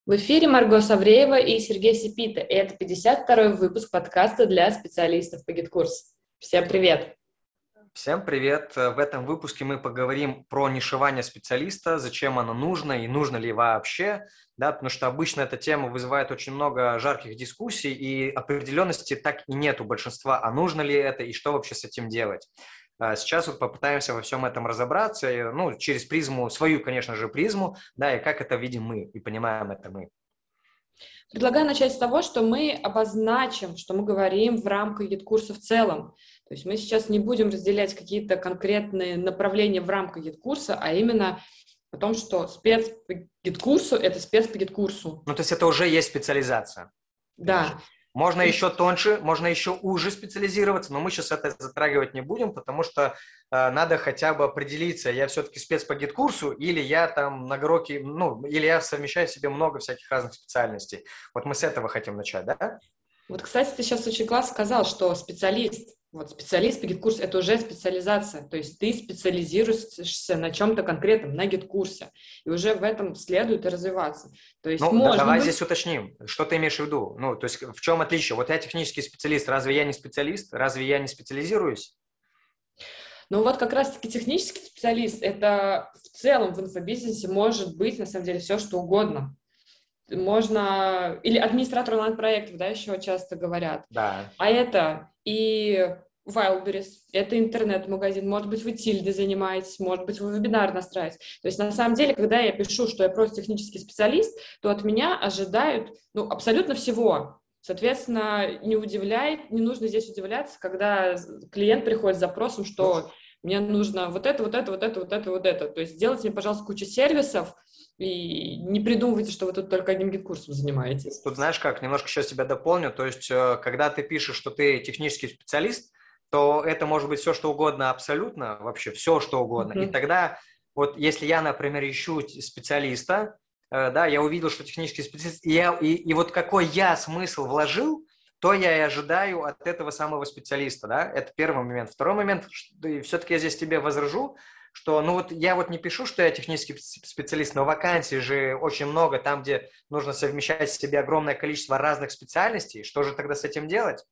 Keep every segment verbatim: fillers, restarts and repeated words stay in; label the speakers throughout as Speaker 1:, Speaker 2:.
Speaker 1: В эфире Марго Савреева и Сергей Сипита, и это пятьдесят второй выпуск подкаста для специалистов по гид-курс. Всем привет!
Speaker 2: Всем привет! В этом выпуске мы поговорим про нишевание специалиста, зачем оно нужно и нужно ли вообще, да, потому что обычно эта тема вызывает очень много жарких дискуссий, и определенности так и нет у большинства, а нужно ли это и что вообще с этим делать. Сейчас вот попытаемся во всем этом разобраться, ну, через призму, свою, конечно же, призму, да, и как это видим мы, и понимаем это мы.
Speaker 1: Предлагаю начать с того, что мы обозначим, что мы говорим в рамках гид-курса в целом. То есть мы сейчас не будем разделять какие-то конкретные направления в рамках гид-курса, а именно о том, что спец по гид-курсу – это спец по гид-курсу.
Speaker 2: Ну, то есть это уже есть специализация.
Speaker 1: Да.
Speaker 2: Можно еще тоньше, можно еще уже специализироваться, но мы сейчас это затрагивать не будем, потому что э, надо хотя бы определиться, я все-таки спец по гид-курсу или я там многорукий, ну, или я совмещаю в себе много всяких разных специальностей. Вот мы с этого хотим начать, да?
Speaker 1: Вот, кстати, ты сейчас очень классно сказал, что специалист, вот специалист по гид-курсу – это уже специализация, то есть ты специализируешься на чем-то конкретном, на гид-курсе, и уже в этом следует и развиваться. То есть
Speaker 2: Ну, да,
Speaker 1: можно
Speaker 2: давай
Speaker 1: быть...
Speaker 2: здесь уточним, что ты имеешь в виду? Ну, то есть в чем отличие? Вот я технический специалист, разве я не специалист? Разве я не специализируюсь?
Speaker 1: Ну вот как раз-таки технический специалист – это в целом в инфобизнесе может быть на самом деле все, что угодно. Можно, или администратор онлайн-проектов, да, еще часто говорят.
Speaker 2: Да.
Speaker 1: А это и Wildberries, это интернет-магазин, может быть, вы тильды занимаетесь, может быть, вы вебинар настраиваете. То есть, на самом деле, когда я пишу, что я просто технический специалист, то от меня ожидают, ну, абсолютно всего. Соответственно, не удивляет, не нужно здесь удивляться, когда клиент приходит с запросом, что мне нужно вот это, вот это, вот это, вот это, вот это. То есть, сделайте мне, пожалуйста, кучу сервисов, и не придумывайте, что вы тут только одним гид-курсом занимаетесь.
Speaker 2: Тут знаешь как, немножко сейчас тебя дополню, то есть когда ты пишешь, что ты технический специалист, то это может быть все, что угодно абсолютно, вообще все, что угодно. Mm-hmm. И тогда, вот если я, например, ищу специалиста, да, я увидел, что технический специалист, и, я, и, и вот какой я смысл вложил, то я и ожидаю от этого самого специалиста, да, это первый момент. Второй момент, все-таки я здесь тебе возражу, что, ну вот я вот не пишу, что я технический специалист, но вакансий же очень много, там, где нужно совмещать в себе огромное количество разных специальностей. Что же тогда с этим делать?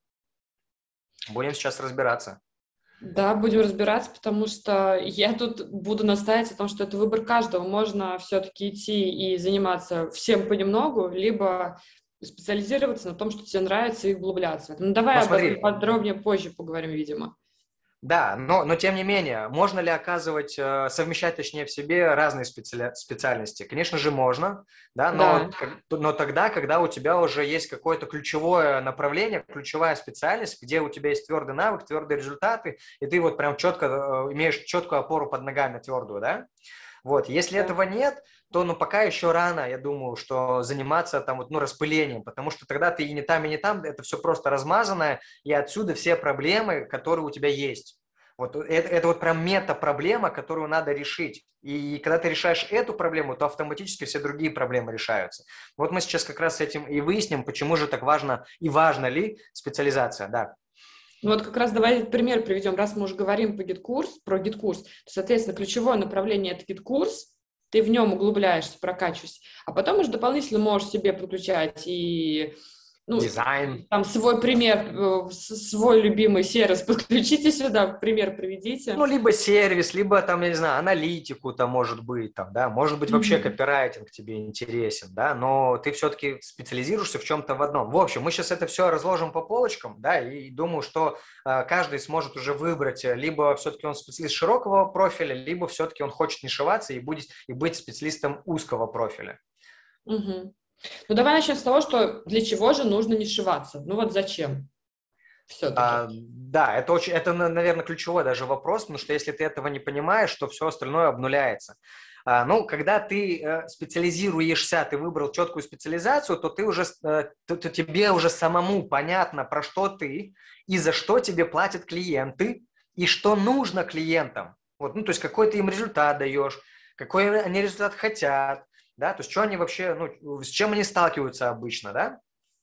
Speaker 2: Будем сейчас разбираться.
Speaker 1: Да, будем разбираться, потому что я тут буду настаивать о том, что это выбор каждого. Можно все-таки идти и заниматься всем понемногу, либо специализироваться на том, что тебе нравится, и углубляться. Ну, давай
Speaker 2: ну,
Speaker 1: об
Speaker 2: смотри.
Speaker 1: этом подробнее позже поговорим, видимо.
Speaker 2: Да, но, но тем не менее, можно ли оказывать, совмещать, точнее, в себе разные специали... специальности? Конечно же, можно, да, но, да. но тогда, когда у тебя уже есть какое-то ключевое направление, ключевая специальность, где у тебя есть твердый навык, твердые результаты, и ты вот прям четко имеешь четкую опору под ногами, твердую, да? Вот, если да. этого нет, то ну пока еще рано, я думаю, что заниматься там вот, ну, распылением, потому что тогда ты и не там, и не там, это все просто размазанное, и отсюда все проблемы, которые у тебя есть. Вот это, это вот прям мета-проблема, которую надо решить. И когда ты решаешь эту проблему, то автоматически все другие проблемы решаются. Вот мы сейчас как раз с этим и выясним, почему же так важно и важна ли специализация, да.
Speaker 1: Ну вот как раз давай пример приведем. Раз мы уже говорим по гид-курс, про гид-курс, то, соответственно, ключевое направление – это гид-курс, ты в нем углубляешься, прокачиваешься, а потом уже дополнительно можешь себе подключать и ну,
Speaker 2: дизайн.
Speaker 1: Там свой пример, свой любимый сервис подключите сюда, пример приведите.
Speaker 2: Ну, либо сервис, либо там, я не знаю, аналитику там может быть, там, да, может быть вообще mm-hmm. копирайтинг тебе интересен, да, но ты все-таки специализируешься в чем-то в одном. В общем, мы сейчас это все разложим по полочкам, да, и думаю, что э, каждый сможет уже выбрать, либо все-таки он специалист широкого профиля, либо все-таки он хочет нишеваться и, будет, и быть специалистом узкого профиля.
Speaker 1: Mm-hmm. Ну, давай начнем с того, что для чего же нужно нишеваться? Ну, вот зачем? Все-таки.
Speaker 2: А, да, это, очень, это, наверное, ключевой даже вопрос, потому что если ты этого не понимаешь, то все остальное обнуляется. А, ну, когда ты э, специализируешься, ты выбрал четкую специализацию, то ты уже, э, то, то тебе уже самому понятно, про что ты и за что тебе платят клиенты, и что нужно клиентам. Вот, ну, то есть какой ты им результат даешь, какой они результат хотят. Да, то есть что они вообще, ну, с чем они сталкиваются обычно, да,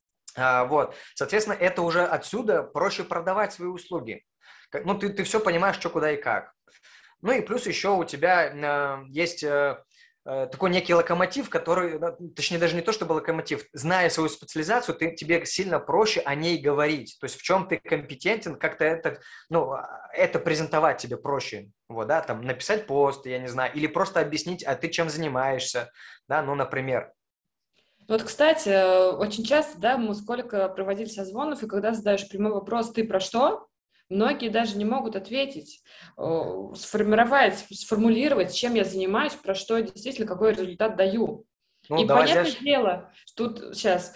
Speaker 2: а, вот, соответственно, это уже отсюда проще продавать свои услуги, ну, ты, ты все понимаешь, что, куда и как, ну, и плюс еще у тебя э, есть э, такой некий локомотив, который, точнее, даже не то, чтобы локомотив, зная свою специализацию, ты, тебе сильно проще о ней говорить. То есть в чем ты компетентен, как-то это, ну, это презентовать тебе проще. Вот, да, там написать пост, я не знаю, или просто объяснить, а ты чем занимаешься, да, ну, например.
Speaker 1: Вот, кстати, очень часто, да, мы сколько проводили созвонов, и когда задаешь прямой вопрос «ты про что?», многие даже не могут ответить, сформировать, сформулировать, чем я занимаюсь, про что я действительно, какой результат даю.
Speaker 2: Ну,
Speaker 1: И
Speaker 2: давай
Speaker 1: понятное
Speaker 2: здесь...
Speaker 1: дело, тут сейчас,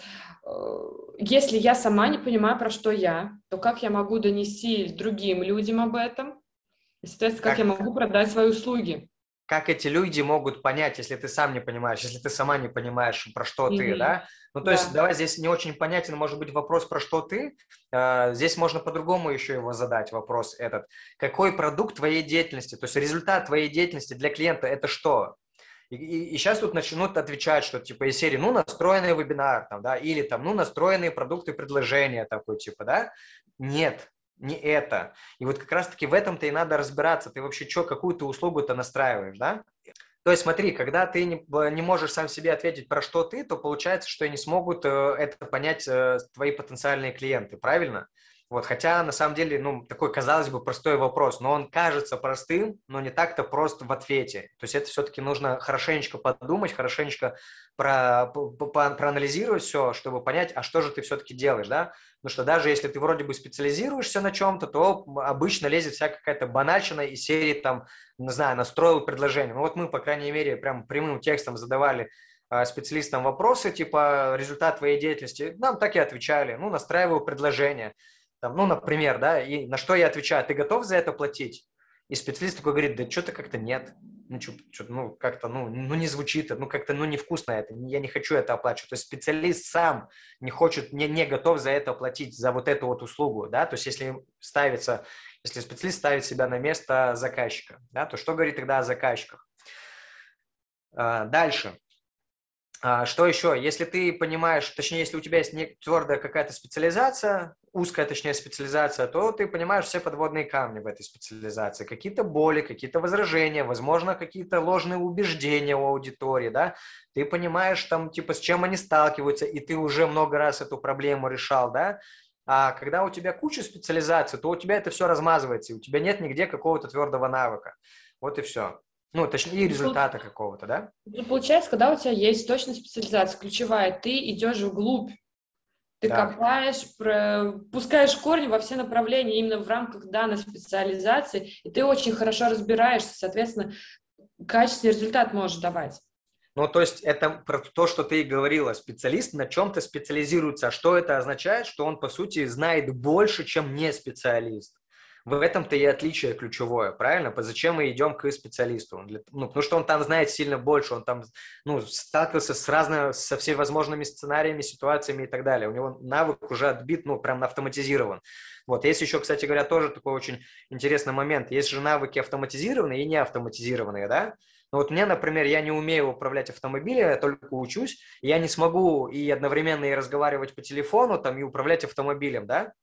Speaker 1: если я сама не понимаю, про что я, то как я могу донести другим людям об этом? И, соответственно, как, как я могу продать свои услуги?
Speaker 2: Как эти люди могут понять, если ты сам не понимаешь, если ты сама не понимаешь, про что mm-hmm. ты, да? Ну, то да. есть, давай здесь не очень понятен, может быть, вопрос, про что ты. Здесь можно по-другому еще его задать, вопрос этот. Какой продукт твоей деятельности, то есть результат твоей деятельности для клиента – это что? И, и, и сейчас тут начнут отвечать, что типа из серии, ну, настроенный вебинар, там, да, или там, ну, настроенные продукты, предложения, такой типа, да? Нет. Не это. И вот как раз-таки в этом-то и надо разбираться. Ты вообще что, какую ты услугу-то настраиваешь, да? То есть смотри, когда ты не, не можешь сам себе ответить, про что ты, то получается, что и не смогут это понять твои потенциальные клиенты, правильно? Вот, хотя на самом деле, ну, такой, казалось бы, простой вопрос, но он кажется простым, но не так-то прост в ответе. То есть это все-таки нужно хорошенечко подумать, хорошенечко про, про, проанализировать все, чтобы понять, а что же ты все-таки делаешь, да? Потому что даже если ты вроде бы специализируешься на чем-то, то обычно лезет вся какая-то банальщина из серии, там, не знаю, настроил предложение. Ну вот мы, по крайней мере, прям прямым текстом задавали специалистам вопросы, типа, результат твоей деятельности, нам так и отвечали, ну, настраиваю предложение. Там, ну, например, да, и на что я отвечаю, ты готов за это платить? И специалист такой говорит, да что-то как-то нет, ну, что, ну как-то, ну, ну, не звучит, ну, как-то, ну, невкусно это, я не хочу это оплачивать. То есть специалист сам не хочет, не, не готов за это платить, за вот эту вот услугу, да, то есть если ставится, если специалист ставит себя на место заказчика, да, то что говорит тогда о заказчиках? А, дальше. Что еще? Если ты понимаешь, точнее, если у тебя есть не твердая какая-то специализация, узкая, точнее, специализация, то ты понимаешь все подводные камни в этой специализации. Какие-то боли, какие-то возражения, возможно, какие-то ложные убеждения у аудитории, да? Ты понимаешь, там, типа, с чем они сталкиваются, и ты уже много раз эту проблему решал, да? А когда у тебя куча специализаций, то у тебя это все размазывается, и у тебя нет нигде какого-то твердого навыка. Вот и все. Ну, точнее, результата какого-то, да?
Speaker 1: Получается, когда у тебя есть точная специализация, ключевая, ты идешь вглубь, ты да. копаешь, про... пускаешь корни во все направления именно в рамках данной специализации, и ты очень хорошо разбираешься, соответственно, качественный результат можешь давать.
Speaker 2: Ну, то есть это про то, что ты и говорила, специалист на чем-то специализируется. А что это означает? Что он, по сути, знает больше, чем не специалист. В этом-то и отличие ключевое, правильно? Зачем мы идем к специалисту? Для, ну, потому что он там знает сильно больше, он там ну, сталкивался с разными, со всевозможными сценариями, ситуациями и так далее. У него навык уже отбит, ну, прям автоматизирован. Вот, есть еще, кстати говоря, тоже такой очень интересный момент. Есть же навыки автоматизированные и не автоматизированные, да? Ну, вот мне, например, я не умею управлять автомобилем, я только учусь, и я не смогу и одновременно и разговаривать по телефону, там, и управлять автомобилем, да?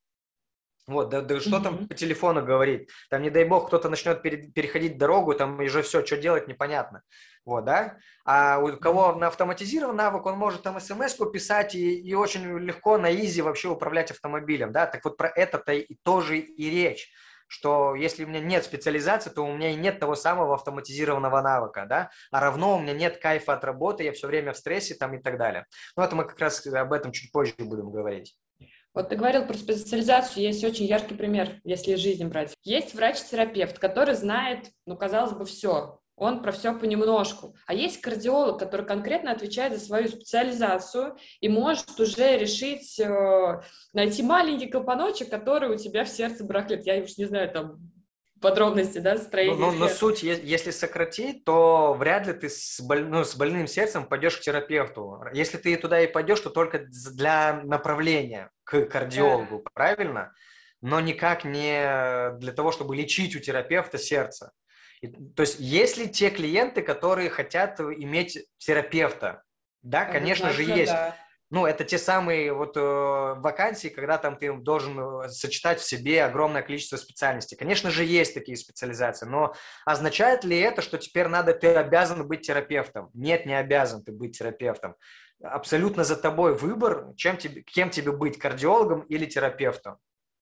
Speaker 2: Вот, да, да что mm-hmm. там по телефону говорить? Там, не дай бог, кто-то начнет пере, переходить дорогу, там уже все, что делать, непонятно. Вот, да? А у кого на автоматизированный навык, он может там смс-ку писать и, и очень легко на изи вообще управлять автомобилем, да? Так вот про это-то и тоже и речь, что если у меня нет специализации, то у меня и нет того самого автоматизированного навыка, да? А равно у меня нет кайфа от работы, я все время в стрессе там и так далее. Ну, это мы как раз об этом чуть позже будем говорить.
Speaker 1: Вот ты говорил про специализацию, есть очень яркий пример, если из жизни брать. Есть врач-терапевт, который знает, ну, казалось бы, все. Он про все понемножку. А есть кардиолог, который конкретно отвечает за свою специализацию и может уже решить, э, найти маленький клапаночек, который у тебя в сердце барахлит. Я уж не знаю, там, подробности, да, строения.
Speaker 2: Ну, но суть, если сократить, то вряд ли ты с, боль, ну, с больным сердцем пойдешь к терапевту. Если ты туда и пойдешь, то только для направления к кардиологу, да. Правильно? Но никак не для того, чтобы лечить у терапевта сердце. И, то есть есть ли те клиенты, которые хотят иметь терапевта? Да, конечно же, есть. Да. Ну, это те самые вот э, вакансии, когда там ты должен э, сочетать в себе огромное количество специальностей. Конечно же, есть такие специализации, но означает ли это, что теперь надо, ты обязан быть терапевтом? Нет, не обязан ты быть терапевтом. Абсолютно за тобой выбор, чем тебе, кем тебе быть, кардиологом или терапевтом.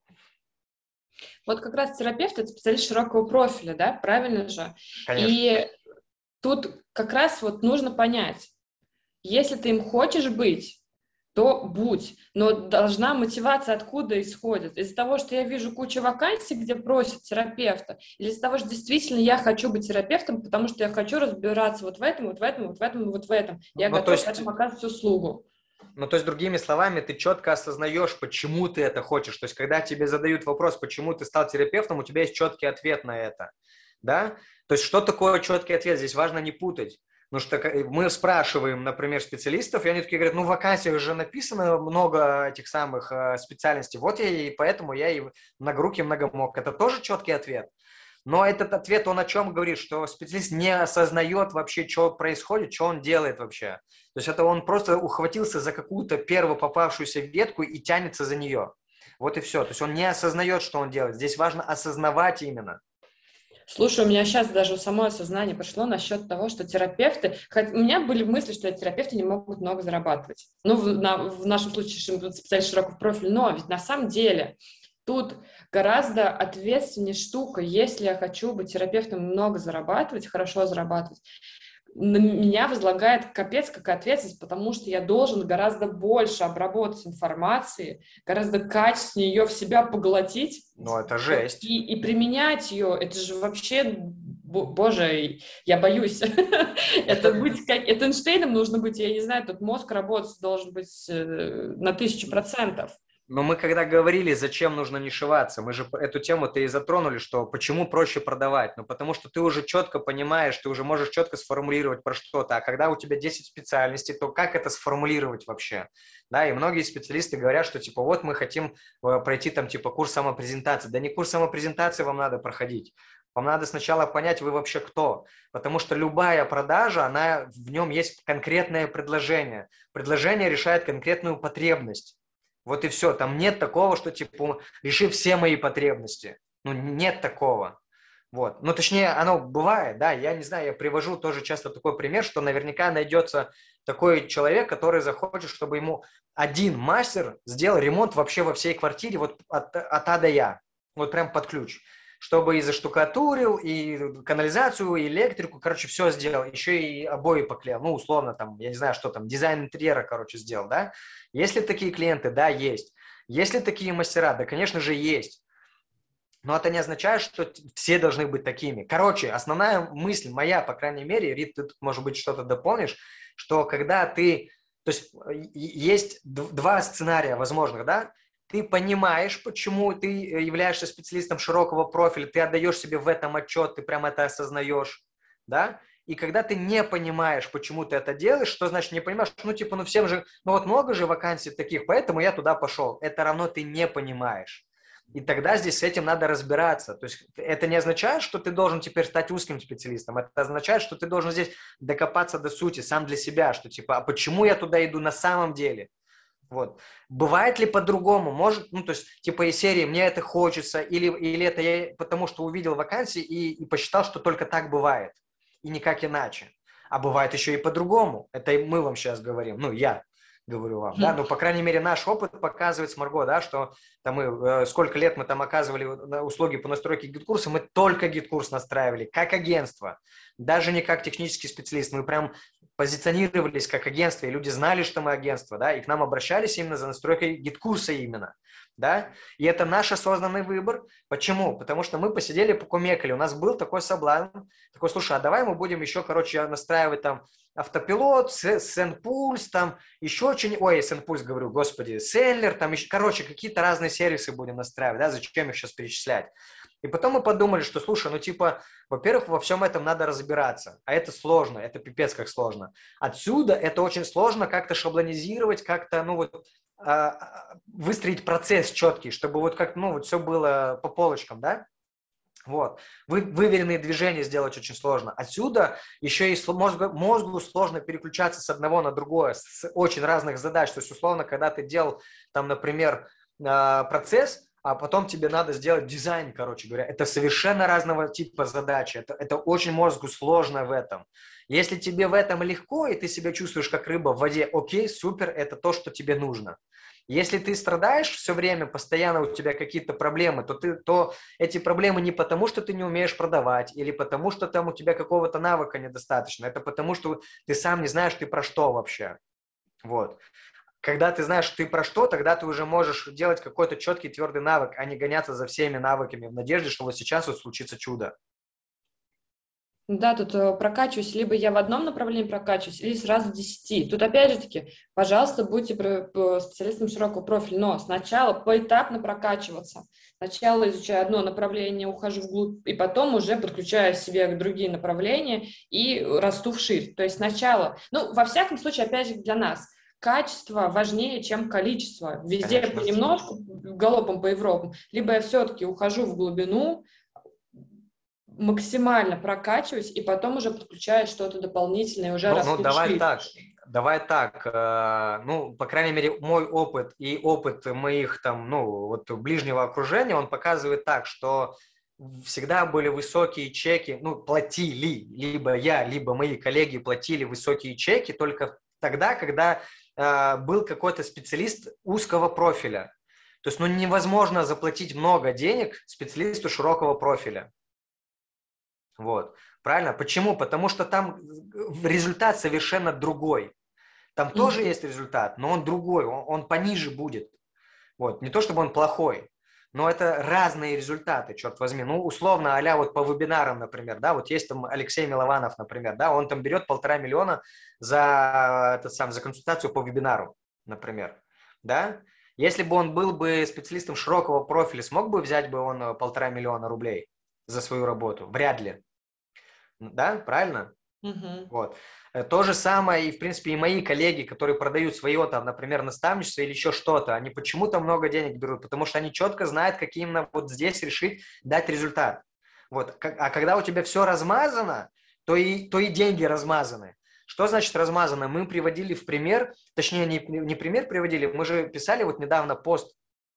Speaker 1: Вот как раз терапевт – это специалист широкого профиля, да, правильно же?
Speaker 2: Конечно.
Speaker 1: И тут как раз вот нужно понять, если ты им хочешь быть, то будь. Но должна мотивация откуда исходит? Из-за того, что я вижу кучу вакансий, где просят терапевта, или из-за того, что действительно я хочу быть терапевтом, потому что я хочу разбираться вот в этом, вот в этом, вот в этом, вот в этом. Я
Speaker 2: Ну, то
Speaker 1: готов
Speaker 2: есть,
Speaker 1: этому оказывать услугу.
Speaker 2: ну, то есть, другими словами, ты четко осознаешь, почему ты это хочешь. То есть, когда тебе задают вопрос, почему ты стал терапевтом, у тебя есть четкий ответ на это. Да? То есть, что такое четкий ответ? Здесь важно не путать. Потому что мы спрашиваем, например, специалистов, и они такие говорят, ну, в вакансиях же написано много этих самых э, специальностей, вот я и поэтому я и многорукий многомог. Это тоже четкий ответ. Но этот ответ, он о чем говорит, что специалист не осознает вообще, что происходит, что он делает вообще. То есть это он просто ухватился за какую-то первую попавшуюся ветку и тянется за нее. Вот и все. То есть он не осознает, что он делает. Здесь важно осознавать именно.
Speaker 1: Слушай, у меня сейчас даже само осознание пришло насчет того, что терапевты... Хоть у меня были мысли, что терапевты не могут много зарабатывать. Ну, в, на, в нашем случае специалист широкого профиля. Но ведь на самом деле тут гораздо ответственнее штука. Если я хочу быть терапевтом, много зарабатывать, хорошо зарабатывать, на меня возлагает капец какая ответственность, потому что я должен гораздо больше обработать информации, гораздо качественнее ее в себя поглотить.
Speaker 2: Ну, это жесть.
Speaker 1: И, и применять ее. Это же вообще, боже, я боюсь. Это быть как... Это Эйнштейном нужно быть, я не знаю, тут мозг работать должен быть на тысячу процентов.
Speaker 2: Но мы когда говорили, зачем нужно нишеваться, мы же эту тему-то и затронули, что почему проще продавать. Ну, потому что ты уже четко понимаешь, ты уже можешь четко сформулировать про что-то. А когда у тебя десять специальностей, то как это сформулировать вообще? Да, и многие специалисты говорят, что типа вот мы хотим пройти там типа курс самопрезентации. Да не курс самопрезентации вам надо проходить. Вам надо сначала понять, вы вообще кто. Потому что любая продажа, она, в нем есть конкретное предложение. Предложение решает конкретную потребность. Вот и все. Там нет такого, что типа реши все мои потребности. Ну, нет такого. Вот. Ну, точнее, оно бывает, да. Я не знаю, я привожу тоже часто такой пример, что наверняка найдется такой человек, который захочет, чтобы ему один мастер сделал ремонт вообще во всей квартире вот от, от А до Я. Вот прям под ключ. Чтобы и заштукатурил, и канализацию, и электрику, короче, все сделал. Еще и обои поклеил. Ну, условно, там, я не знаю, что там, дизайн интерьера, короче, сделал, да. Есть ли такие клиенты? Да, есть. Есть ли такие мастера? Да, конечно же, есть. Но это не означает, что все должны быть такими. Короче, основная мысль моя, по крайней мере, Рит, ты тут, может быть, что-то дополнишь, что когда ты... То есть есть два сценария возможных, да? Ты понимаешь, почему ты являешься специалистом широкого профиля, ты отдаешь себе в этом отчет, ты прям это осознаешь, да? И когда ты не понимаешь, почему ты это делаешь, что значит не понимаешь? Ну, типа, ну всем же, ну вот много же вакансий таких, поэтому я туда пошел. Это равно ты не понимаешь. И тогда здесь с этим надо разбираться. То есть это не означает, что ты должен теперь стать узким специалистом. Это означает, что ты должен здесь докопаться до сути сам для себя, что типа, а почему я туда иду на самом деле? Вот. Бывает ли по-другому? Может, ну, то есть, типа из серии «мне это хочется», или, или это я потому что увидел вакансии и, и посчитал, что только так бывает, и никак иначе. А бывает еще и по-другому. Это мы вам сейчас говорим, ну, я говорю вам, да, ну, по крайней мере, наш опыт показывает с Марго, да, что там мы, э, сколько лет мы там оказывали услуги по настройке гид-курса, мы только гид-курс настраивали, как агентство, даже не как технический специалист, мы прям позиционировались как агентство, и люди знали, что мы агентство, да, и к нам обращались именно за настройкой гид-курса именно, да, и это наш осознанный выбор. Почему? Потому что мы посидели, покумекали, у нас был такой соблазн, такой, слушай, а давай мы будем еще, короче, настраивать там автопилот, Сенпульс, там еще что-нибудь, ой, Сенпульс, говорю, господи, Селлер, там еще, короче, какие-то разные сервисы будем настраивать, да, зачем их сейчас перечислять. И потом мы подумали, что, слушай, ну типа, во-первых, во всем этом надо разбираться, а это сложно, это пипец как сложно. Отсюда это очень сложно как-то шаблонизировать, как-то, ну вот, выстроить процесс четкий, чтобы вот как, ну вот все было по полочкам, да. Вот. Вы, выверенные движения сделать очень сложно. Отсюда еще и мозгу, мозгу сложно переключаться с одного на другое, с очень разных задач. То есть, условно, когда ты делал, там, например, процесс, а потом тебе надо сделать дизайн, короче говоря. Это совершенно разного типа задачи. Это, это очень мозгу сложно в этом. Если тебе в этом легко, и ты себя чувствуешь как рыба в воде, окей, супер, это то, что тебе нужно. Если ты страдаешь все время, постоянно у тебя какие-то проблемы, то, ты, то эти проблемы не потому, что ты не умеешь продавать, или потому, что там у тебя какого-то навыка недостаточно. Это потому, что ты сам не знаешь, ты про что вообще. Вот. Когда ты знаешь, ты про что, тогда ты уже можешь делать какой-то четкий, твердый навык, а не гоняться за всеми навыками в надежде, что вот сейчас вот случится чудо.
Speaker 1: Да, тут э, прокачиваюсь, либо я в одном направлении прокачиваюсь, или сразу в десяти. Тут опять же таки, пожалуйста, будьте специалистом широкого профиля, но сначала поэтапно прокачиваться. Сначала изучаю одно направление, ухожу вглубь, и потом уже подключаю себе другие направления и расту вширь. То есть сначала, ну, во всяком случае, опять же, для нас качество важнее, чем количество. Везде
Speaker 2: Конечно.
Speaker 1: понемножку, галопом по Европам. Либо я все-таки ухожу в глубину, максимально прокачиваюсь, и потом уже подключаю что-то дополнительное, уже
Speaker 2: Ну, ну
Speaker 1: расту
Speaker 2: давай
Speaker 1: шире.
Speaker 2: так, давай так, э, ну, по крайней мере, мой опыт и опыт моих там, ну, вот ближнего окружения, он показывает так, что всегда были высокие чеки, ну, платили, либо я, либо мои коллеги платили высокие чеки только тогда, когда э, был какой-то специалист узкого профиля. То есть, ну, невозможно заплатить много денег специалисту широкого профиля. Вот. Правильно? Почему? Потому что там результат совершенно другой. Там тоже есть результат, но он другой, он, он пониже будет. Вот. Не то, чтобы он плохой, но это разные результаты, черт возьми. Ну, условно, а-ля вот по вебинарам, например, да, вот есть там Алексей Милованов, например, да, он там берет полтора миллиона за, этот сам, за консультацию по вебинару, например, да. Если бы он был бы специалистом широкого профиля, смог бы взять бы он полтора миллиона рублей за свою работу? Вряд ли. Да, правильно?
Speaker 1: Угу.
Speaker 2: Вот. То же самое и, в принципе, и мои коллеги, которые продают свое, там, например, наставничество или еще что-то, они почему-то много денег берут, потому что они четко знают, как именно вот здесь решить дать результат. Вот. А когда у тебя все размазано, то и, то и деньги размазаны. Что значит размазано? Мы приводили в пример, точнее, не, не пример приводили, мы же писали вот недавно пост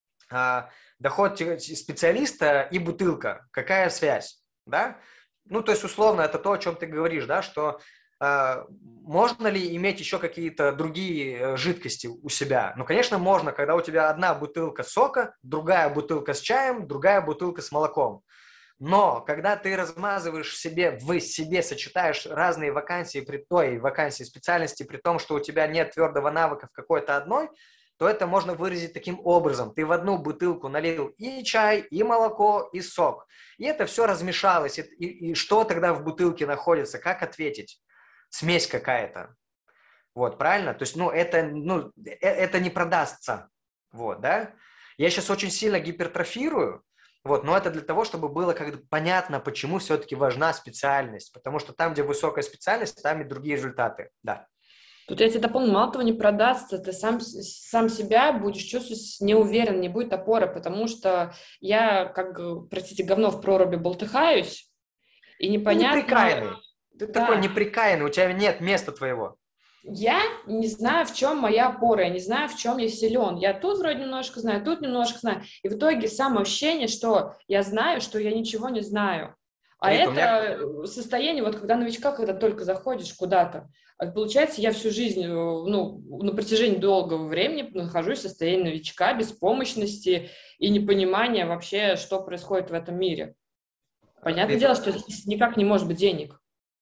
Speaker 2: а, «Доход специалиста и бутылка. Какая связь?» Да? Ну, то есть, условно, это то, о чем ты говоришь, да, что э, можно ли иметь еще какие-то другие э, жидкости у себя? Ну, конечно, можно, когда у тебя одна бутылка сока, другая бутылка с чаем, другая бутылка с молоком. Но когда ты размазываешь себе, в себе сочетаешь разные вакансии при той вакансии специальности, при том, что у тебя нет твердого навыка в какой-то одной, то это можно выразить таким образом. Ты в одну бутылку налил и чай, и молоко, и сок. И это все размешалось. И, и, и что тогда в бутылке находится? Как ответить? Смесь какая-то. Вот, правильно? То есть, ну, это, ну, это не продастся. Вот, да? Я сейчас очень сильно гипертрофирую, вот, но это для того, чтобы было как бы понятно, почему все-таки важна специальность. Потому что там, где высокая специальность, там и другие результаты. Да.
Speaker 1: Тут я тебе дополню, мало того не продастся, ты сам, сам себя будешь чувствовать неуверенно, не будет опоры, потому что я, как, простите, говно в проруби болтыхаюсь, и
Speaker 2: Ты
Speaker 1: непонятно...
Speaker 2: неприкаянный. Ты
Speaker 1: Да.
Speaker 2: такой неприкаянный, у тебя нет места твоего.
Speaker 1: Я не знаю, в чем моя опора, я не знаю, в чем я силен. Я тут вроде немножко знаю, тут немножко знаю. И в итоге самое ощущение, что я знаю, что я ничего не знаю. А
Speaker 2: Рит, у
Speaker 1: это
Speaker 2: меня...
Speaker 1: состояние, вот когда новичка, когда только заходишь куда-то, получается, я всю жизнь, ну, на протяжении долгого времени нахожусь в состоянии новичка, беспомощности и непонимания вообще, что происходит в этом мире. Понятное
Speaker 2: Рит,
Speaker 1: дело, что здесь никак не может быть денег.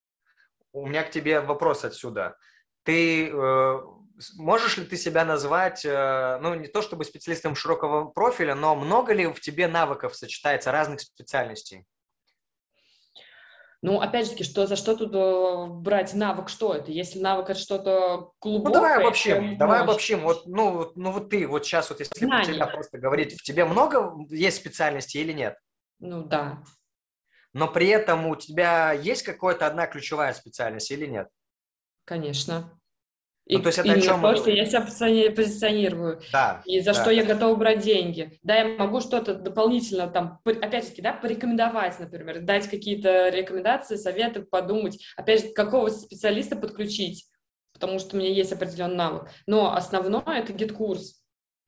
Speaker 2: у меня к тебе вопрос отсюда. Ты э, можешь ли ты себя назвать, э, ну, не то чтобы специалистом широкого профиля, но много ли в тебе навыков сочетается разных специальностей?
Speaker 1: Ну, опять же таки, что, за что тут э, брать навык, что это? Если навык это что-то
Speaker 2: Ну, давай
Speaker 1: глубокое,
Speaker 2: обобщим, давай
Speaker 1: мощь,
Speaker 2: обобщим. Вот, ну, вот- ну, вот ты, вот сейчас, вот если про тебя
Speaker 1: знание,
Speaker 2: просто говорить, в тебе много есть специальностей или нет?
Speaker 1: ну да,
Speaker 2: Но при этом у тебя есть какая-то одна ключевая специальность или нет?
Speaker 1: конечно.
Speaker 2: Ну,
Speaker 1: И
Speaker 2: то есть это о
Speaker 1: именно
Speaker 2: чем мы
Speaker 1: то, что
Speaker 2: говорим?
Speaker 1: я себя позициони- позиционирую,
Speaker 2: Да,
Speaker 1: и за что
Speaker 2: да.
Speaker 1: я готова брать деньги. Да, я могу что-то дополнительно там, по- опять-таки, да, порекомендовать, например, дать какие-то рекомендации, советы, подумать, опять же, какого специалиста подключить, потому что у меня есть определенный навык. Но основное – это гид-курс.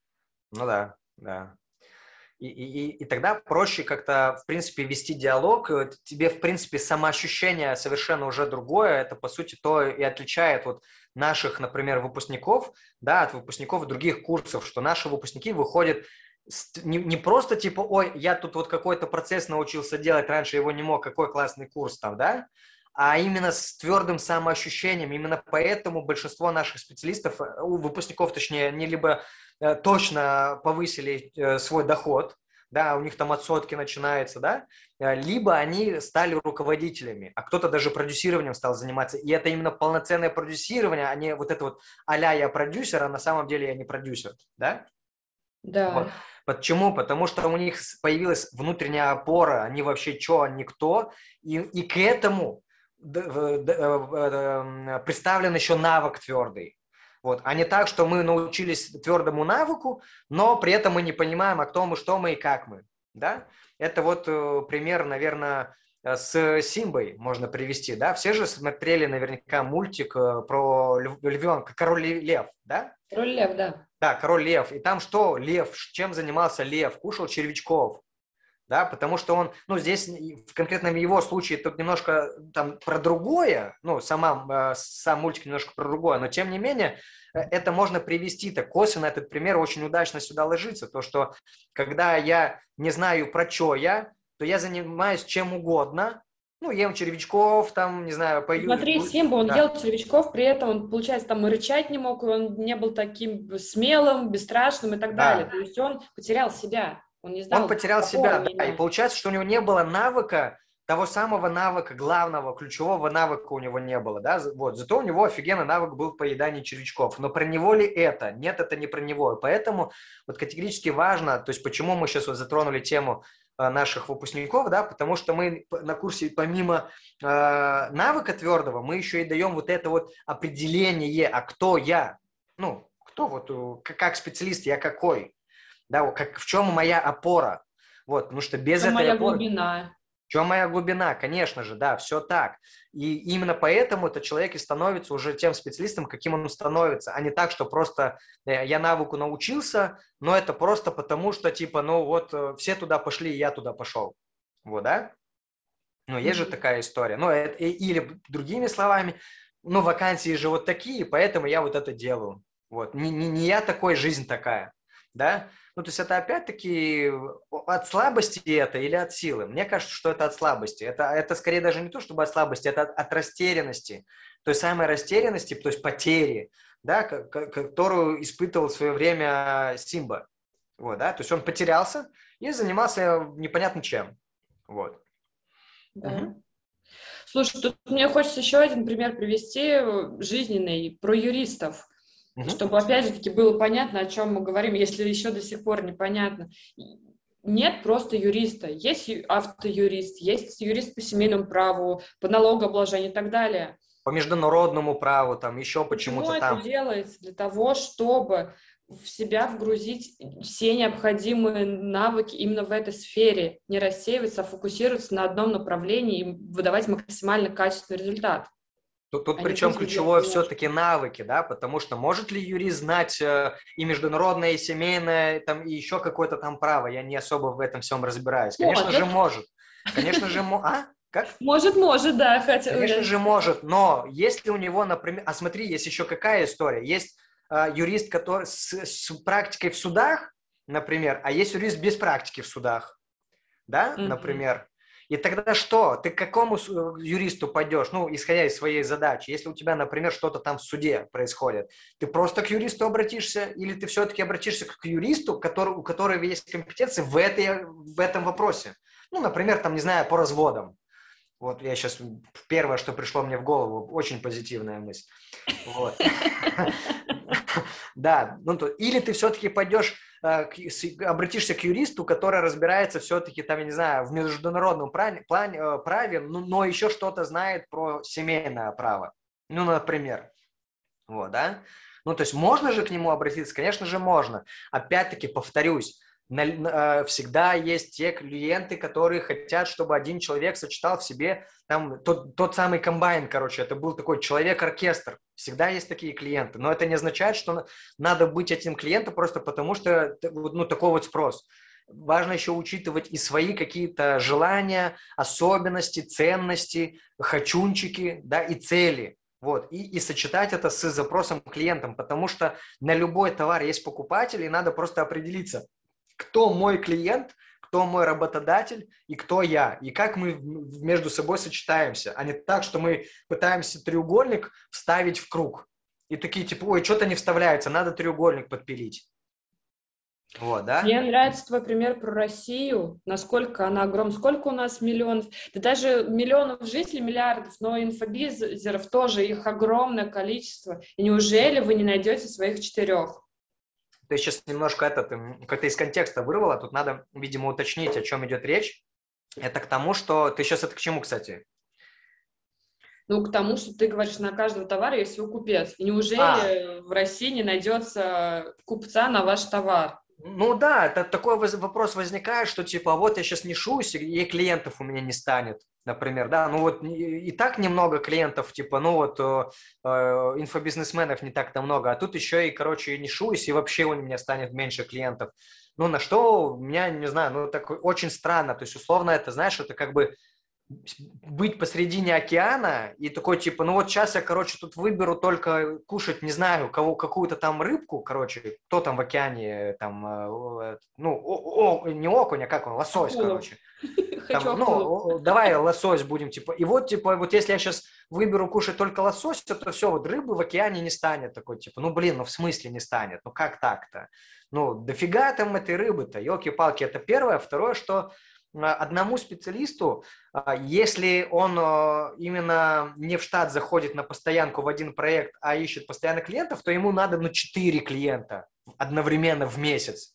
Speaker 2: Ну да, да. И, и, и и тогда проще как-то, в принципе, вести диалог. э, Тебе, в принципе, самоощущение совершенно уже другое. Это, по сути, то и отличает вот наших, например, выпускников, да, от выпускников других курсов, что наши выпускники выходят с- не, не просто типа, ой, я тут вот какой-то процесс научился делать, раньше его не мог, какой классный курс там, да, а именно с твердым самоощущением. Именно поэтому большинство наших специалистов, э, у выпускников, точнее, они либо э, точно повысили э, свой доход, да, у них там от сотки начинается, да, э, либо они стали руководителями, а кто-то даже продюсированием стал заниматься. И это именно полноценное продюсирование, а не вот это вот а-ля я продюсер, а на самом деле я не продюсер, да? Вот.
Speaker 1: Да.
Speaker 2: Почему? Потому что у них появилась внутренняя опора, они вообще что, никто, и, и к этому д- в- д- э, э, представлен еще навык твердый. Вот. А не так, что мы научились твердому навыку, но при этом мы не понимаем, а кто мы, что мы и как мы. Да? Это вот э, пример, наверное, э, с Симбой можно привести. Да? Все же смотрели наверняка мультик э, про льв- львенка, король лев, да?
Speaker 1: Король Лев, да.
Speaker 2: Да, король лев. И там что? Лев. Чем занимался лев? Кушал червячков. Да, потому что он, ну, здесь в конкретном его случае тут немножко там про другое, ну, сама, э, сам мультик немножко про другое, но тем не менее э, это можно привести так косвенно, этот пример очень удачно сюда ложится, то, что когда я не знаю про что я, то я занимаюсь чем угодно, ну, ем червячков, там, не знаю, пою,
Speaker 1: Смотри, Симба, он
Speaker 2: да.
Speaker 1: ел червячков, при этом он, получается, там и рычать не мог, и он не был таким смелым, бесстрашным и так далее.
Speaker 2: Да,
Speaker 1: То есть он потерял себя, он не
Speaker 2: он
Speaker 1: знал
Speaker 2: потерял
Speaker 1: опоры
Speaker 2: себя, да, и
Speaker 1: меня.
Speaker 2: получается, что у него не было навыка, того самого навыка, главного, ключевого навыка у него не было, да, вот, зато у него офигенный навык был поедание червячков, но про него ли это? Нет, это не про него, и поэтому вот категорически важно, то есть почему мы сейчас вот затронули тему э, наших выпускников, да, потому что мы на курсе помимо э, навыка твердого, мы еще и даем вот это вот определение, а кто я, ну, кто вот, э, как как специалист, я какой, да, вот как, в чем моя опора, вот, потому что без
Speaker 1: Там
Speaker 2: этой
Speaker 1: моя
Speaker 2: опоры,
Speaker 1: глубина.
Speaker 2: в чем моя глубина, конечно же, да, все так, и именно поэтому этот человек и становится уже тем специалистом, каким он становится, а не так, что просто э, я навыку научился, но это просто потому, что типа, ну вот, э, все туда пошли, и я туда пошел, вот, да, ну, есть же
Speaker 1: Мгм.
Speaker 2: такая история, ну, это, и- или другими словами, ну, вакансии же вот такие, поэтому я вот это делаю, вот, не, не, не я такой, жизнь такая, да, ну, то есть это опять-таки от слабости это или от силы? Мне кажется, что это от слабости, это, это скорее даже не то, чтобы от слабости, это от, от растерянности, той самой растерянности, то есть потери, да, ко- ко- которую испытывал в свое время Симба, вот, да, то есть он потерялся и занимался непонятно чем, вот.
Speaker 1: Да.
Speaker 2: Мгм.
Speaker 1: Слушай, тут мне хочется еще один пример привести, э, жизненный, про юристов,
Speaker 2: Мгм.
Speaker 1: чтобы опять же таки было понятно, о чем мы говорим, если еще до сих пор непонятно. Нет просто юриста, есть ю- автоюрист, есть юрист по семейному праву, по налогообложению и так далее.
Speaker 2: По международному праву, там еще
Speaker 1: Почему
Speaker 2: почему-то
Speaker 1: это
Speaker 2: там.
Speaker 1: делается? Для того, чтобы в себя вгрузить все необходимые навыки именно в этой сфере, не рассеиваться, а фокусироваться на одном направлении и выдавать максимально качественный результат,
Speaker 2: Тут, тут
Speaker 1: а не
Speaker 2: причем
Speaker 1: быть везде в
Speaker 2: ключевое все-таки
Speaker 1: перемешку.
Speaker 2: навыки, да, потому что может ли юрист знать э, и международное, и семейное, там, и еще какое-то там право? Я не особо в этом всем разбираюсь. Конечно же
Speaker 1: Может,
Speaker 2: может. Конечно же, мо- а? Как?
Speaker 1: может, может, да, хотя
Speaker 2: Конечно
Speaker 1: я
Speaker 2: же может, но если у него, например, а смотри, есть еще какая история. Есть э, юрист, который с, с практикой в судах, например, а есть юрист без практики в судах, да,
Speaker 1: Мгм.
Speaker 2: например. И тогда что? Ты к какому с- юристу пойдешь? Ну, исходя из своей задачи. Если у тебя, например, что-то там в суде происходит, ты просто к юристу обратишься или ты все-таки обратишься к юристу, который, у которого есть компетенции в, этой, в этом вопросе? Ну, например, там, не знаю, по разводам. Вот я сейчас, первое, что пришло мне в голову, очень позитивная мысль. Вот. Да, ну, то, или ты все-таки пойдешь, э, к- с- обратишься к юристу, который разбирается все-таки, там, я не знаю, в международном праве, плане, э, праве, ну, но еще что-то знает про семейное право. Ну, например. Вот, да? Ну, то есть можно же к нему обратиться? Конечно же, можно. Опять-таки, повторюсь, всегда есть те клиенты, которые хотят, чтобы один человек сочетал в себе там тот, тот самый комбайн, короче, это был такой человек-оркестр. Всегда есть такие клиенты, но это не означает, что надо быть этим клиентом просто потому, что ну, такой вот спрос. Важно еще учитывать и свои какие-то желания, особенности, ценности, хочунчики, да, и цели. Вот, и, и сочетать это с запросом клиентам, потому что на любой товар есть покупатель, и надо просто определиться, кто мой клиент, кто мой работодатель и кто я, и как мы между собой сочетаемся, а не так, что мы пытаемся треугольник вставить в круг. И такие типа, ой, что-то не вставляется, надо треугольник подпилить. Вот, да?
Speaker 1: Мне нравится твой пример про Россию, насколько она огромна, сколько у нас миллионов, да даже миллионов жителей, миллиардов, но инфобизеров тоже, их огромное количество. И неужели вы не найдете своих четырех?
Speaker 2: Ты сейчас немножко это, ты как-то из контекста вырвала, тут надо, видимо, уточнить, о чем идет речь. Это к тому, что... Ты сейчас это к чему, кстати?
Speaker 1: Ну, к тому, что ты говоришь, на каждого товара есть свой купец. И неужели а. в России не найдется купца на ваш товар?
Speaker 2: Ну да, это такой вопрос возникает, что типа вот я сейчас нишуюсь, и клиентов у меня не станет, например, да, ну вот и так немного клиентов, типа, ну вот э, инфобизнесменов не так-то много, а тут еще и, короче, нишуюсь, и вообще у меня станет меньше клиентов. Ну на что у меня, не знаю, ну так очень странно, то есть условно это, знаешь, это как бы быть посредине океана и такой типа, ну вот сейчас я, короче, тут выберу только кушать, не знаю, кого, какую-то там рыбку, короче, кто там в океане, там, ну, о, о, не окунь, а как он, лосось, акулу. Короче. Там, ну, давай лосось будем, типа, и вот, типа, вот если я сейчас выберу кушать только лосось, то все, вот рыбы в океане не станет, такой, типа, ну, блин, ну, в смысле не станет, ну, как так-то? Ну, дофига там этой рыбы-то, елки-палки, это первое. Второе, что одному специалисту, если он именно не в штат заходит на постоянку в один проект, а ищет постоянных клиентов, то ему надо, ну, четыре клиента одновременно в месяц,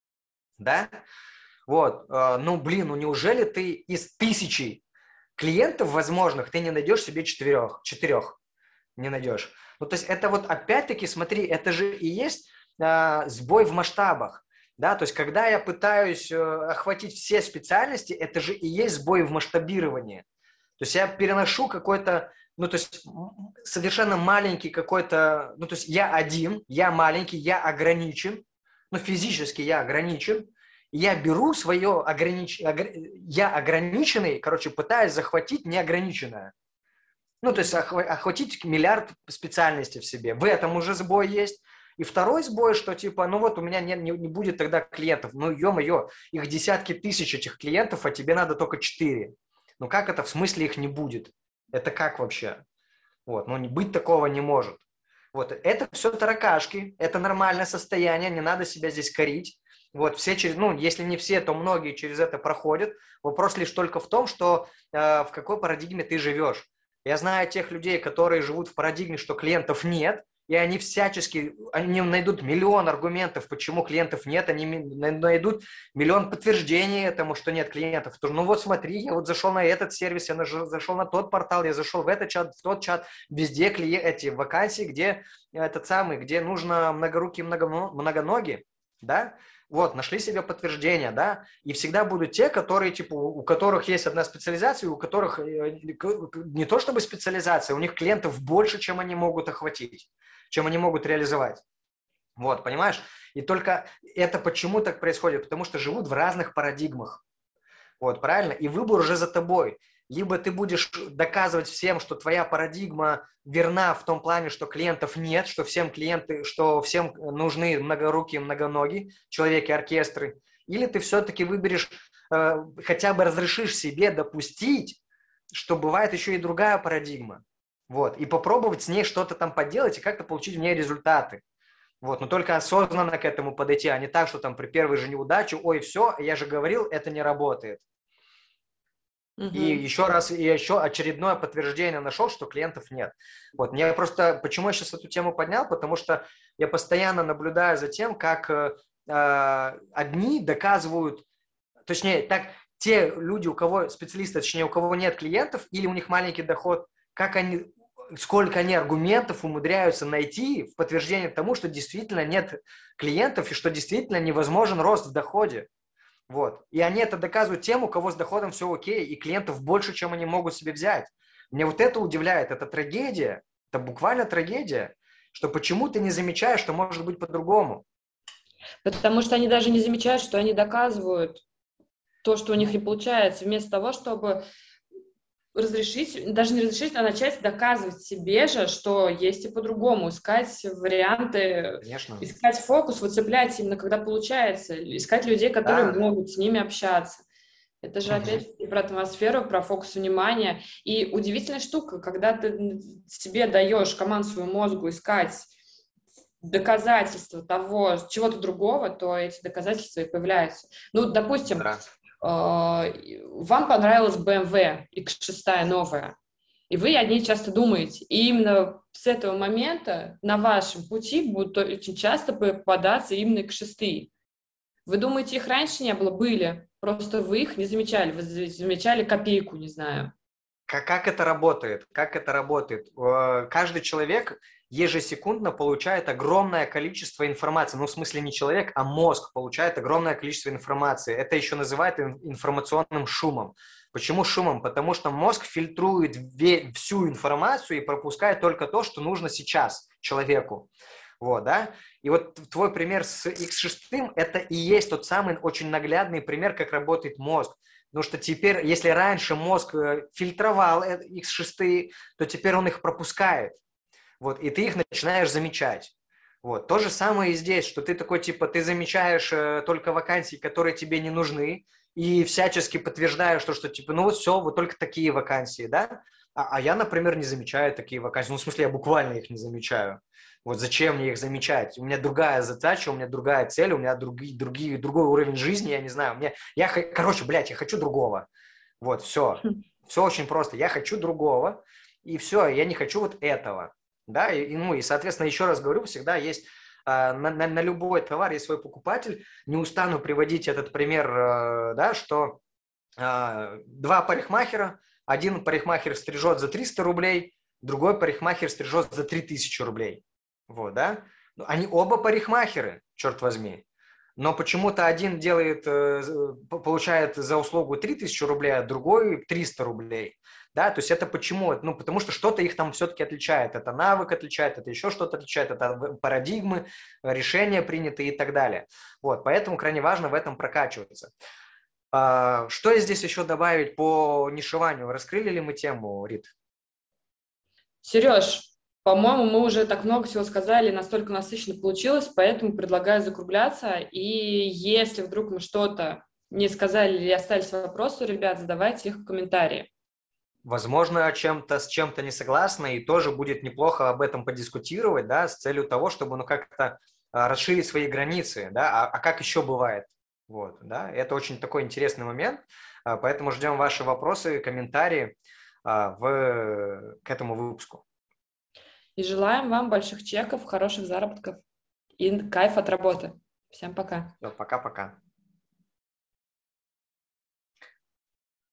Speaker 2: да? Вот, ну, блин, ну, неужели ты из тысячи клиентов возможных ты не найдешь себе четырех, четырех не найдешь? Ну, то есть это вот опять-таки, смотри, это же и есть а, сбой в масштабах. Да, то есть, когда я пытаюсь э, охватить все специальности, это же и есть сбой в масштабировании. То есть, я переношу какой-то, ну, то есть, совершенно маленький какой-то, ну, то есть, я один, я маленький, я ограничен, ну, физически я ограничен, и я беру свое огранич... я ограниченный, короче, пытаюсь захватить неограниченное. Ну, то есть, охватить миллиард специальностей в себе. В этом уже сбой есть. И второй сбой, что типа, ну вот у меня не, не, не будет тогда клиентов. Ну, ё-моё, их десятки тысяч этих клиентов, а тебе надо только четыре. Ну, как это в смысле их не будет? Это как вообще? Вот, ну, быть такого не может. Вот, это все таракашки, это нормальное состояние, не надо себя здесь корить. Вот, все через, ну, если не все, то многие через это проходят. Вопрос лишь только в том, что э, в какой парадигме ты живешь. Я знаю тех людей, которые живут в парадигме, что клиентов нет, и они всячески, они найдут миллион аргументов, почему клиентов нет, они найдут миллион подтверждений этому, что нет клиентов. Ну вот смотри, я вот зашел на этот сервис, я зашел на тот портал, я зашел в этот чат, в тот чат, везде эти вакансии, где этот самый, где нужно многорукий, многоногий, да, вот, нашли себе подтверждение, да, и всегда будут те, которые, типа, у которых есть одна специализация, у которых не то чтобы специализация, у них клиентов больше, чем они могут охватить, чем они могут реализовать. Вот, понимаешь? И только это почему так происходит? Потому что живут в разных парадигмах. Вот, правильно? И выбор уже за тобой. Либо ты будешь доказывать всем, что твоя парадигма верна в том плане, что клиентов нет, что всем клиенты, что всем нужны многорукие, многоногие человеки-оркестры. Или ты все-таки выберешь, э, хотя бы разрешишь себе допустить, что бывает еще и другая парадигма. Вот, и попробовать с ней что-то там поделать и как-то получить в ней результаты. Вот, но только осознанно к этому подойти, а не так, что там при первой же неудаче, ой, все, я же говорил, это не работает. Угу. И еще раз, и еще очередное подтверждение нашел, что клиентов нет. Вот, мне просто, почему я сейчас эту тему поднял, потому что я постоянно наблюдаю за тем, как э, одни доказывают, точнее, так, те люди, у кого специалисты, точнее, у кого нет клиентов или у них маленький доход, как они сколько они аргументов умудряются найти в подтверждение тому, что действительно нет клиентов и что действительно невозможен рост в доходе. Вот. И они это доказывают тем, у кого с доходом все окей, и клиентов больше, чем они могут себе взять. Мне вот это удивляет, это трагедия, это буквально трагедия, что почему ты не замечаешь, что может быть по-другому.
Speaker 1: Потому что они даже не замечают, что они доказывают то, что у них не получается, вместо того, чтобы разрешить, даже не разрешить, а начать доказывать себе же, что есть и по-другому, искать варианты,
Speaker 2: Конечно.
Speaker 1: искать фокус, выцеплять именно когда получается, искать людей, которые
Speaker 2: Да.
Speaker 1: могут с ними общаться. Это же
Speaker 2: Угу.
Speaker 1: опять и про атмосферу, про фокус внимания. И удивительная штука, когда ты себе даешь команду своему мозгу искать доказательства того, чего-то другого, то эти доказательства и появляются. Ну, допустим,
Speaker 2: Да.
Speaker 1: вам понравилась бэ эм вэ икс шесть новая, и вы о ней часто думаете. И именно с этого момента на вашем пути будут очень часто попадаться именно икс шесть. Вы думаете, их раньше не было? Были. Просто вы их не замечали. Вы замечали копейку, не знаю.
Speaker 2: Как, как это работает? Как это работает? Каждый человек ежесекундно получает огромное количество информации. Ну, в смысле не человек, а мозг получает огромное количество информации. Это еще называют информационным шумом. Почему шумом? Потому что мозг фильтрует всю информацию и пропускает только то, что нужно сейчас человеку. Вот, да? И вот твой пример с икс шесть – это и есть тот самый очень наглядный пример, как работает мозг. Потому что теперь, если раньше мозг фильтровал икс шесть, то теперь он их пропускает. Вот, и ты их начинаешь замечать. Вот. То же самое и здесь, что ты такой, типа, ты замечаешь э, только вакансии, которые тебе не нужны, и всячески подтверждаешь, что, что типа, ну вот все, вот только такие вакансии, да? А, а я, например, не замечаю такие вакансии. Ну, в смысле, я буквально их не замечаю. Вот зачем мне их замечать? У меня другая задача, у меня другая цель, у меня другие, другие, другой уровень жизни, я не знаю. У меня, я, короче, блядь, я хочу другого. Вот, все. Все очень просто. Я хочу другого, и все, я не хочу вот этого. Да, и, ну, и, соответственно, еще раз говорю, всегда есть э, на, на, на любой товар есть свой покупатель. Не устану приводить этот пример, э, да, что э, два парикмахера, один парикмахер стрижет за триста рублей, другой парикмахер стрижет за три тысячи рублей. Вот, да? Они оба парикмахеры, черт возьми. Но почему-то один делает, получает за услугу три тысячи рублей, а другой триста рублей. Да, то есть это почему? Ну, потому что что-то их там все-таки отличает. Это навык отличает, это еще что-то отличает, это парадигмы, решения приняты и так далее. Вот, поэтому крайне важно в этом прокачиваться. Что я здесь еще добавить по нишеванию? Раскрыли ли мы тему, Рит?
Speaker 1: Сереж, по-моему, мы уже так много всего сказали, настолько насыщенно получилось, поэтому предлагаю закругляться. И если вдруг мы что-то не сказали или остались вопросы, ребят, задавайте их в комментарии.
Speaker 2: Возможно, чем-то, с чем-то не согласны, и тоже будет неплохо об этом подискутировать, да, с целью того, чтобы, ну, как-то расширить свои границы, да, а, а как еще бывает, вот, да, это очень такой интересный момент, поэтому ждем ваши вопросы, комментарии в, к этому выпуску.
Speaker 1: И желаем вам больших чеков, хороших заработков и кайф от работы. Всем пока.
Speaker 2: Пока-пока.